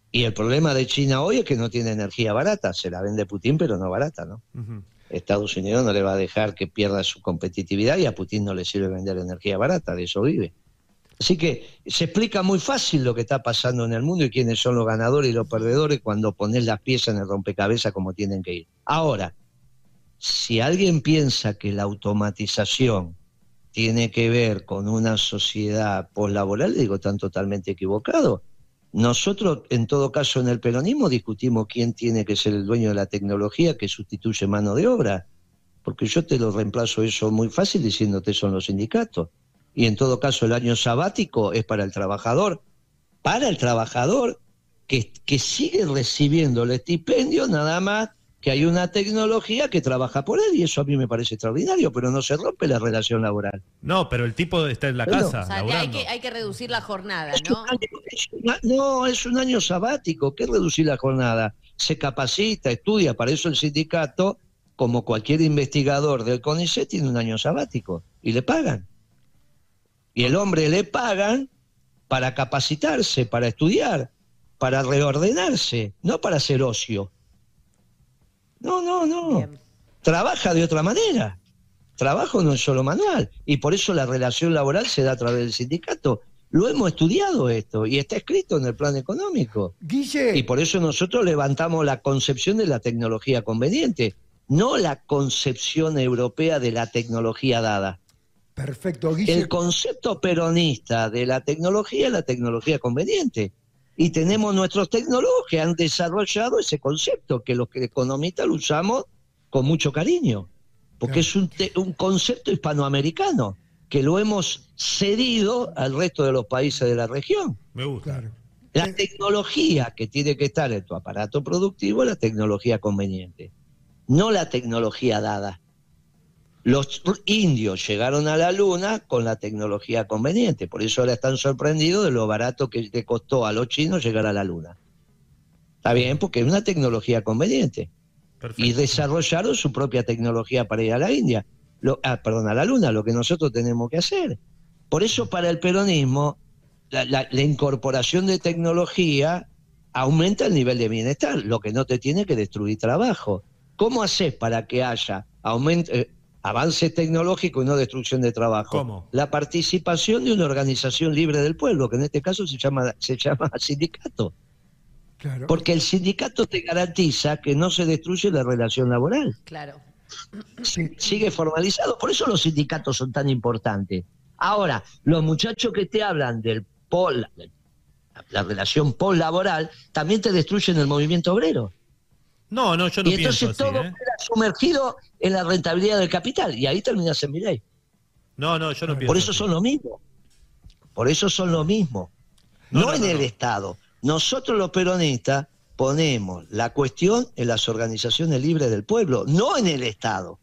Speaker 2: Y el problema de China hoy es que no tiene energía barata, se la vende Putin, pero no barata, ¿no? Uh-huh. Estados Unidos no le va a dejar que pierda su competitividad y a Putin no le sirve vender energía barata, de eso vive. Así que se explica muy fácil lo que está pasando en el mundo y quiénes son los ganadores y los perdedores cuando pones las piezas en el rompecabezas como tienen que ir. Ahora, si alguien piensa que la automatización tiene que ver con una sociedad poslaboral, digo, están totalmente equivocados. Nosotros, en todo caso, en el peronismo discutimos quién tiene que ser el dueño de la tecnología que sustituye mano de obra, porque yo te lo reemplazo eso muy fácil diciéndote son los sindicatos. Y en todo caso el año sabático es para el trabajador, para el trabajador que, que sigue recibiendo el estipendio nada más que hay una tecnología que trabaja por él, y eso a mí me parece extraordinario, pero no se rompe la relación laboral.
Speaker 3: No, pero el tipo está en la bueno, casa,
Speaker 4: o sea,
Speaker 3: laburando.
Speaker 4: Hay que, hay que reducir la jornada,
Speaker 2: es
Speaker 4: ¿no?
Speaker 2: Un año, es una, no, es un año sabático. ¿Qué es reducir la jornada? Se capacita, estudia, para eso el sindicato, como cualquier investigador del CONICET, tiene un año sabático, y le pagan. Y el hombre le pagan para capacitarse, para estudiar, para reordenarse, no para hacer ocio. No, no, no. Bien. Trabaja de otra manera. Trabajo no es solo manual. Y por eso la relación laboral se da a través del sindicato. Lo hemos estudiado esto y está escrito en el plan económico.
Speaker 1: Guille.
Speaker 2: Y por eso nosotros levantamos la concepción de la tecnología conveniente, no la concepción europea de la tecnología dada.
Speaker 1: Perfecto, Guille.
Speaker 2: El concepto peronista de la tecnología es la tecnología conveniente. Y tenemos nuestros tecnólogos que han desarrollado ese concepto, que los economistas lo usamos con mucho cariño, porque claro. es un, te, un concepto hispanoamericano, que lo hemos cedido al resto de los países de la región.
Speaker 3: Me gusta.
Speaker 1: Claro.
Speaker 2: La tecnología que tiene que estar en tu aparato productivo es la tecnología conveniente, no la tecnología dada. Los indios llegaron a la luna con la tecnología conveniente, por eso ahora están sorprendidos de lo barato que le costó a los chinos llegar a la luna. Está bien, porque es una tecnología conveniente. Perfecto. Y desarrollaron su propia tecnología para ir a la India, lo, ah, perdón, a la luna, lo que nosotros tenemos que hacer. Por eso para el peronismo la, la, la incorporación de tecnología aumenta el nivel de bienestar, lo que no te tiene que destruir trabajo. ¿Cómo haces para que haya aumento? Eh, avance tecnológico y no destrucción de trabajo?
Speaker 3: ¿Cómo?
Speaker 2: La participación de una organización libre del pueblo, que en este caso se llama, se llama sindicato.
Speaker 1: Claro.
Speaker 2: Porque el sindicato te garantiza que no se destruye la relación laboral.
Speaker 4: Claro.
Speaker 2: Sí. Sigue formalizado, por eso los sindicatos son tan importantes. Ahora, los muchachos que te hablan del pol, la, la relación poslaboral, también te destruyen el movimiento obrero.
Speaker 3: No, no, yo no
Speaker 2: y entonces
Speaker 3: pienso así,
Speaker 2: todo
Speaker 3: ¿eh?
Speaker 2: queda sumergido en la rentabilidad del capital y ahí terminas en Milei.
Speaker 3: No, no, yo no pienso
Speaker 2: Por eso
Speaker 3: así.
Speaker 2: son lo mismo. Por eso son lo mismo. No, no, no en no, el no. Estado. Nosotros los peronistas ponemos la cuestión en las organizaciones libres del pueblo, no en el Estado.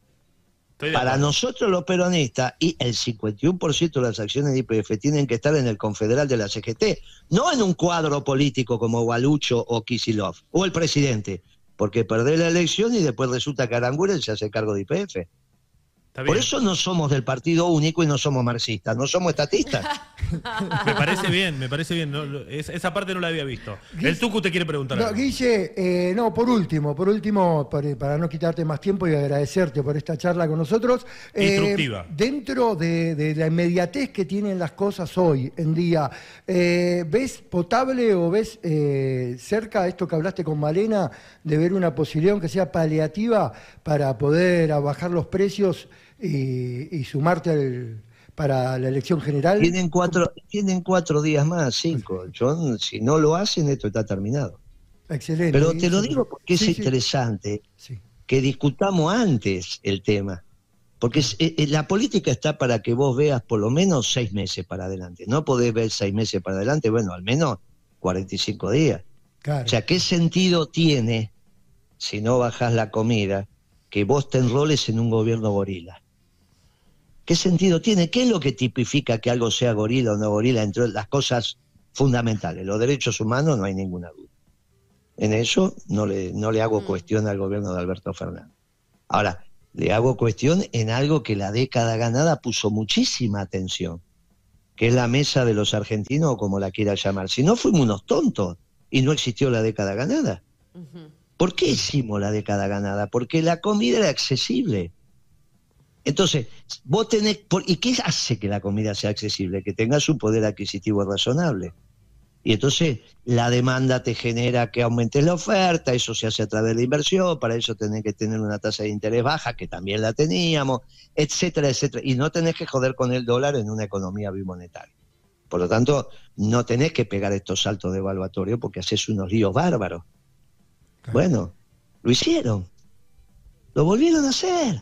Speaker 2: Para nosotros los peronistas, y el cincuenta y uno por ciento de las acciones de Y P F tienen que estar en el confederal de la C G T, no en un cuadro político como Gualucho o Kicillof, o el presidente. Porque perdés la elección y después resulta que Aranguren se hace cargo de Y P F. Por eso no somos del partido único y no somos marxistas, no somos estatistas.
Speaker 3: Me parece bien, me parece bien. No, es, esa parte no la había visto.
Speaker 1: Guille,
Speaker 3: el Tucu te quiere preguntar
Speaker 1: no,
Speaker 3: algo.
Speaker 1: Guille, eh, no, por último, por último, para, para no quitarte más tiempo y agradecerte por esta charla con nosotros. Eh,
Speaker 3: Instructiva.
Speaker 1: Dentro de, de la inmediatez que tienen las cosas hoy en día, eh, ¿ves potable o ves eh, cerca esto que hablaste con Malena, de ver una posibilidad, aunque sea paliativa, para poder bajar los precios y, y sumarte al, para la elección general?
Speaker 2: Tienen cuatro, tienen cuatro días más, cinco. Yo, si no lo hacen, esto está terminado.
Speaker 1: Excelente.
Speaker 2: Pero te lo digo porque es
Speaker 1: sí,
Speaker 2: interesante
Speaker 1: sí.
Speaker 2: que discutamos antes el tema. Porque es, es, la política está para que vos veas por lo menos seis meses para adelante. No podés ver seis meses para adelante, bueno, al menos cuarenta y cinco días.
Speaker 1: Claro.
Speaker 2: O sea, ¿qué sentido tiene, si no bajás la comida, que vos te enroles en un gobierno gorila? ¿Qué sentido tiene? ¿Qué es lo que tipifica que algo sea gorila o no gorila? Entre las cosas fundamentales, los derechos humanos, no hay ninguna duda. En eso no le, no le hago cuestión al gobierno de Alberto Fernández. Ahora, le hago cuestión en algo que la década ganada puso muchísima atención, que es la mesa de los argentinos, o como la quiera llamar. Si no, fuimos unos tontos y no existió la década ganada. Uh-huh. ¿Por qué hicimos la década ganada? Porque la comida era accesible. Entonces, vos tenés... ¿Y qué hace que la comida sea accesible? Que tengas un poder adquisitivo razonable. Y entonces la demanda te genera que aumentes la oferta, eso se hace a través de la inversión, para eso tenés que tener una tasa de interés baja, que también la teníamos, etcétera, etcétera. Y no tenés que joder con el dólar en una economía bimonetaria. Por lo tanto, no tenés que pegar estos saltos devaluatorios porque haces unos líos bárbaros. Claro. Bueno, lo hicieron. Lo volvieron a hacer.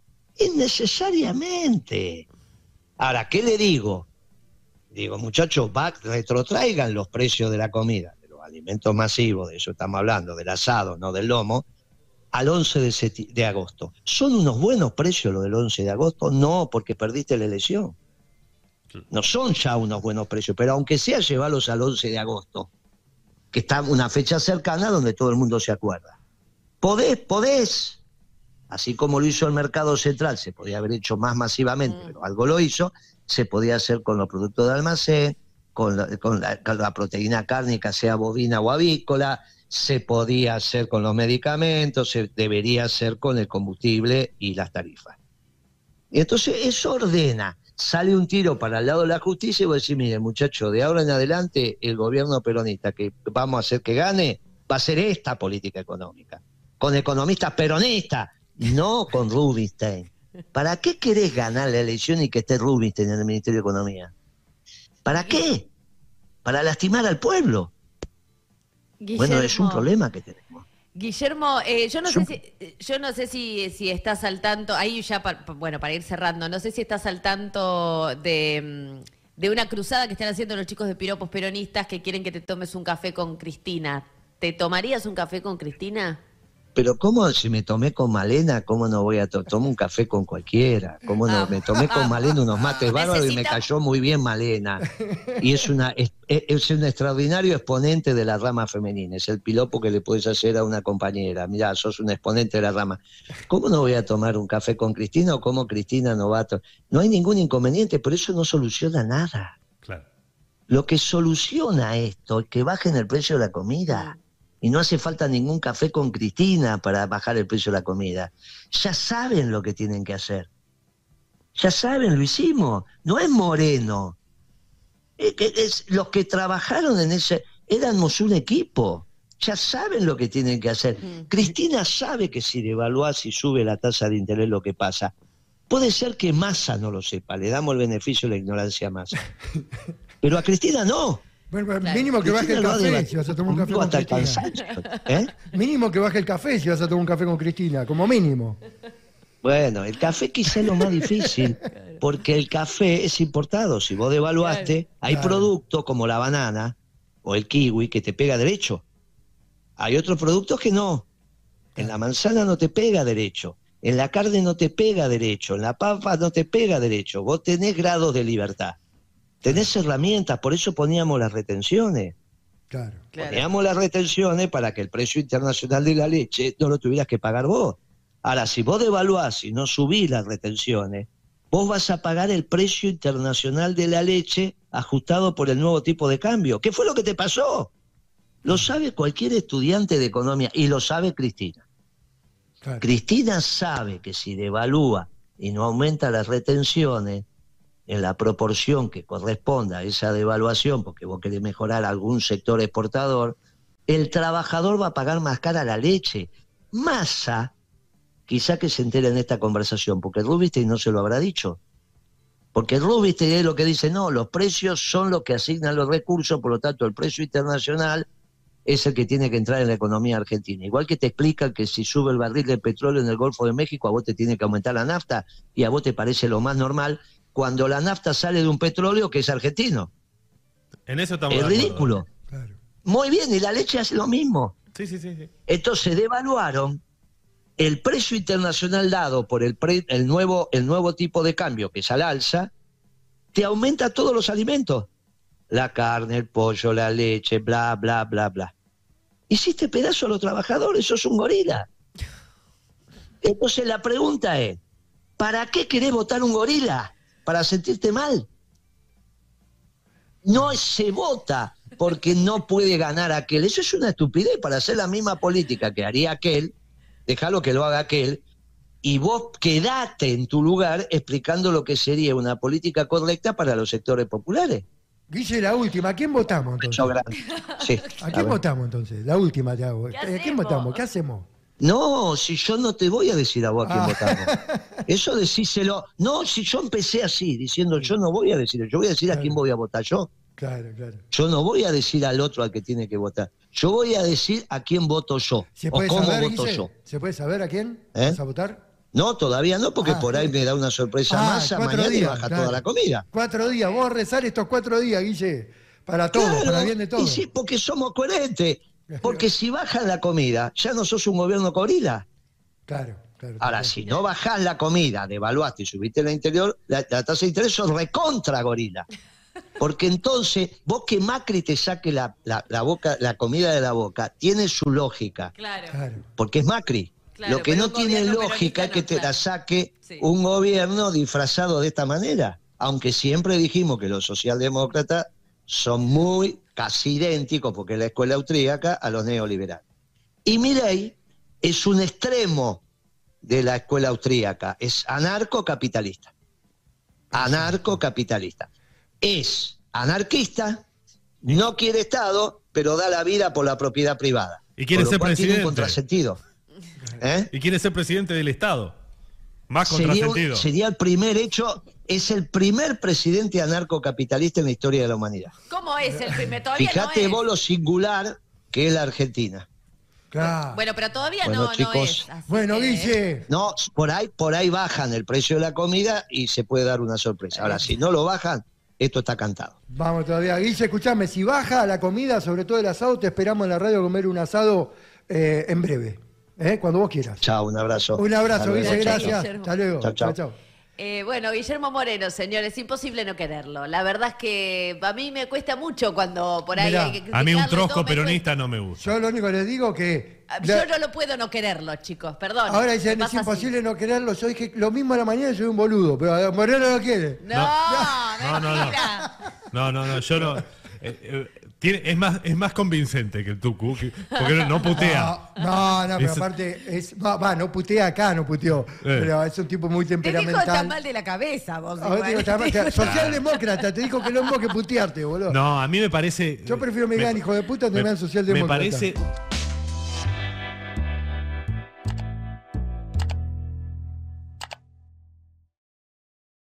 Speaker 2: Innecesariamente. Ahora, ¿qué le digo? Digo, muchachos, va, retrotraigan los precios de la comida, de los alimentos masivos, de eso estamos hablando, del asado, no del lomo, al once de agosto. ¿Son unos buenos precios los del once de agosto? No, porque perdiste la elección. No son ya unos buenos precios, pero aunque sea llevarlos al once de agosto, que está una fecha cercana donde todo el mundo se acuerda. Podés, podés. Así como lo hizo el mercado central, se podía haber hecho más masivamente, mm. pero algo lo hizo, se podía hacer con los productos de almacén, con la, con la, con la proteína cárnica, sea bovina o avícola, se podía hacer con los medicamentos, se debería hacer con el combustible y las tarifas. Y entonces eso ordena, sale un tiro para el lado de la justicia y vos decís, mire muchachos, de ahora en adelante el gobierno peronista que vamos a hacer que gane, va a ser esta política económica, con economistas peronistas, no con Rubinstein. ¿Para qué querés ganar la elección y que esté Rubinstein en el Ministerio de Economía? ¿Para qué? Para lastimar al pueblo. Guillermo, bueno, es un problema que tenemos.
Speaker 4: Guillermo, eh, yo no sé si yo no sé si, si estás al tanto, ahí ya, pa, bueno, para ir cerrando, no sé si estás al tanto de, de una cruzada que están haciendo los chicos de piropos peronistas que quieren que te tomes un café con Cristina. ¿Te tomarías un café con Cristina?
Speaker 2: Pero ¿cómo si me tomé con Malena, cómo no voy a to tomar un café con cualquiera? ¿Cómo no? Me tomé con Malena unos mates bárbaros y me cayó muy bien Malena. Y es una es, es un extraordinario exponente de la rama femenina. Es el piropo que le puedes hacer a una compañera. Mirá, sos un exponente de la rama. ¿Cómo no voy a tomar un café con Cristina o cómo Cristina no va a tomar? No hay ningún inconveniente, pero eso no soluciona nada.
Speaker 3: Claro.
Speaker 2: Lo que soluciona esto es que bajen el precio de la comida. Y no hace falta ningún café con Cristina para bajar el precio de la comida. Ya saben lo que tienen que hacer. Ya saben, lo hicimos. No es Moreno. Es que es, los que trabajaron en ese... Éramos un equipo. Ya saben lo que tienen que hacer. Mm. Cristina sabe que si devaluás y sube la tasa de interés lo que pasa. Puede ser que Massa no lo sepa. Le damos el beneficio de la ignorancia a Massa. Pero a Cristina no.
Speaker 1: Bueno, claro. Mínimo que baje el café si vas a tomar un café con Cristina. ¿Eh? Mínimo que baje el café si vas a tomar un café con Cristina, como mínimo.
Speaker 2: Bueno, el café quizá es lo más difícil, porque el café es importado. Si vos devaluaste, claro. hay claro. productos como la banana o el kiwi que te pega derecho. Hay otros productos que no. En la manzana no te pega derecho. En la carne no te pega derecho. En la papa no te pega derecho. Vos tenés grados de libertad. Tenés herramientas, por eso poníamos las retenciones.
Speaker 1: Claro.
Speaker 2: Poníamos las retenciones para que el precio internacional de la leche no lo tuvieras que pagar vos. Ahora, si vos devaluás y no subís las retenciones, vos vas a pagar el precio internacional de la leche ajustado por el nuevo tipo de cambio. ¿Qué fue lo que te pasó? Lo sabe cualquier estudiante de economía y lo sabe Cristina. Claro. Cristina sabe que si devalúa y no aumenta las retenciones, en la proporción que corresponda a esa devaluación, porque vos querés mejorar algún sector exportador, el trabajador va a pagar más cara la leche. Massa, quizá que se entere en esta conversación, porque Rubinstein no se lo habrá dicho. Porque Rubinstein es lo que dice, no, los precios son los que asignan los recursos, por lo tanto el precio internacional es el que tiene que entrar en la economía argentina. Igual que te explican que si sube el barril de petróleo en el Golfo de México, a vos te tiene que aumentar la nafta, y a vos te parece lo más normal, cuando la nafta sale de un petróleo que es argentino.
Speaker 3: En eso estamos
Speaker 2: es ridículo.
Speaker 1: Claro.
Speaker 2: Muy bien, y la leche hace lo mismo.
Speaker 3: Sí, sí, sí, sí.
Speaker 2: Entonces devaluaron el precio internacional dado por el, pre, el, nuevo, el nuevo tipo de cambio, que es al alza, te aumenta todos los alimentos. La carne, el pollo, la leche, bla, bla, bla, bla. Hiciste pedazo a los trabajadores, sos un gorila. Entonces la pregunta es, ¿para qué querés votar un gorila? ¿Para sentirte mal? No se vota porque no puede ganar aquel. Eso es una estupidez para hacer la misma política que haría aquel, dejarlo que lo haga aquel, y vos quedate en tu lugar explicando lo que sería una política correcta para los sectores populares.
Speaker 1: Guille, la última, ¿a quién votamos entonces?
Speaker 2: Sí,
Speaker 1: ¿A quién
Speaker 2: a
Speaker 1: votamos entonces? La última ya. ¿A quién votamos? ¿Qué hacemos?
Speaker 2: No, si yo no te voy a decir a vos a quién
Speaker 1: Ah.
Speaker 2: votamos. Eso decíselo. No, si yo empecé así, diciendo yo no voy a decir, yo voy a decir
Speaker 1: Claro.
Speaker 2: a quién voy a votar yo.
Speaker 1: Claro, claro.
Speaker 2: Yo no voy a decir al otro al que tiene que votar. Yo voy a decir a quién voto yo.
Speaker 1: ¿Se
Speaker 2: O
Speaker 1: puede
Speaker 2: cómo
Speaker 1: saber,
Speaker 2: voto
Speaker 1: Guille?
Speaker 2: yo.
Speaker 1: ¿Se puede saber a quién
Speaker 2: ¿Eh?
Speaker 1: vas a votar?
Speaker 2: No, todavía no, porque
Speaker 1: Ah,
Speaker 2: por ahí
Speaker 1: sí.
Speaker 2: me da una sorpresa
Speaker 1: Ah,
Speaker 2: más,
Speaker 1: cuatro
Speaker 2: mañana y
Speaker 1: días,
Speaker 2: baja
Speaker 1: claro.
Speaker 2: toda la comida.
Speaker 1: Cuatro días. Vos rezar estos cuatro días, Guille, para todos,
Speaker 2: Claro,
Speaker 1: para el bien de todos.
Speaker 2: Y sí, porque somos coherentes. Porque si bajan la comida, ya no sos un gobierno gorila.
Speaker 1: Claro, claro.
Speaker 2: Ahora,
Speaker 1: claro.
Speaker 2: si no bajás la comida, devaluaste y subiste la interior, la, la tasa de interés sos recontra gorila. Porque entonces, vos que Macri te saque la, la, la boca, la comida de la boca, tiene su lógica.
Speaker 4: Claro.
Speaker 1: Claro.
Speaker 2: Porque es Macri.
Speaker 4: Claro,
Speaker 2: Lo que
Speaker 4: pero
Speaker 2: no
Speaker 4: un
Speaker 2: tiene
Speaker 4: gobierno
Speaker 2: lógica
Speaker 4: peronista
Speaker 2: es que
Speaker 4: no,
Speaker 2: te
Speaker 4: claro.
Speaker 2: la saque
Speaker 4: Sí.
Speaker 2: un gobierno disfrazado de esta manera. Aunque siempre dijimos que los socialdemócratas son muy casi idénticos, porque es la escuela austríaca, a los neoliberales. Y Milei es un extremo de la escuela austríaca, es anarcocapitalista. Anarcocapitalista. Es anarquista, no quiere Estado, pero da la vida por la propiedad privada.
Speaker 3: Y quiere
Speaker 2: Con lo
Speaker 3: ser
Speaker 2: cual tiene un
Speaker 3: presidente.
Speaker 2: contrasentido. ¿Eh?
Speaker 3: Y quiere ser presidente del Estado. Más
Speaker 2: Sería,
Speaker 3: contrasentido.
Speaker 2: sería el primer hecho, es el primer presidente anarcocapitalista en la historia de la humanidad.
Speaker 4: ¿Cómo es el primer? Todavía
Speaker 2: Fíjate
Speaker 4: no es.
Speaker 2: vos lo singular que es la Argentina.
Speaker 1: Claro.
Speaker 4: Bueno, pero todavía
Speaker 2: Bueno,
Speaker 4: no,
Speaker 2: chicos.
Speaker 4: no es. así
Speaker 1: Bueno,
Speaker 4: que-
Speaker 1: Guille.
Speaker 2: No, por ahí, por ahí bajan el precio de la comida y se puede dar una sorpresa. Ahora, si no lo bajan, esto está cantado.
Speaker 1: Vamos todavía. Guille, escuchame, si baja la comida, sobre todo el asado, te esperamos en la radio a comer un asado eh, en breve. ¿eh? Cuando vos quieras.
Speaker 2: Chao, un abrazo.
Speaker 1: Un abrazo,
Speaker 2: Hasta luego.
Speaker 1: Guille,
Speaker 4: Chao,
Speaker 1: gracias.
Speaker 4: Guillermo.
Speaker 1: Hasta luego.
Speaker 2: Chao, chao.
Speaker 1: chao.
Speaker 4: Eh, bueno, Guillermo Moreno, señores, imposible no quererlo. La verdad es que a mí me cuesta mucho cuando por ahí
Speaker 1: Mirá,
Speaker 4: hay que
Speaker 3: A mí un
Speaker 4: criticarlo y todo,
Speaker 3: trosco
Speaker 4: me
Speaker 3: peronista no me gusta.
Speaker 1: Yo lo único que les digo que...
Speaker 4: cuesta. Yo no lo puedo no quererlo, chicos, perdón.
Speaker 1: Ahora dicen,
Speaker 4: me
Speaker 1: es
Speaker 4: pasa así.
Speaker 1: imposible no quererlo. Yo dije lo mismo a la mañana y soy un boludo, pero a Moreno lo quiere.
Speaker 4: No,
Speaker 3: No, no, no.
Speaker 4: mentira.
Speaker 3: No, no, no, yo no. eh, eh, tiene, es, más, es más convincente que el Tucu, que- porque no, no putea.
Speaker 1: No, no, no, pero
Speaker 3: Es-
Speaker 1: aparte, es, va, va, no putea acá, no puteó. Pero es un tipo muy
Speaker 5: Te dijo
Speaker 1: temperamental.
Speaker 5: está mal de la cabeza, vos.
Speaker 1: A vos te digo,
Speaker 5: igual.
Speaker 1: está mal,
Speaker 5: Te dijo, está mal.
Speaker 1: socialdemócrata, te dijo que lo mismo que putearte, boludo.
Speaker 3: No, a mí me parece.
Speaker 1: Yo prefiero me digan hijo de puta, te
Speaker 3: me,
Speaker 1: vean
Speaker 3: me
Speaker 1: socialdemócrata.
Speaker 3: parece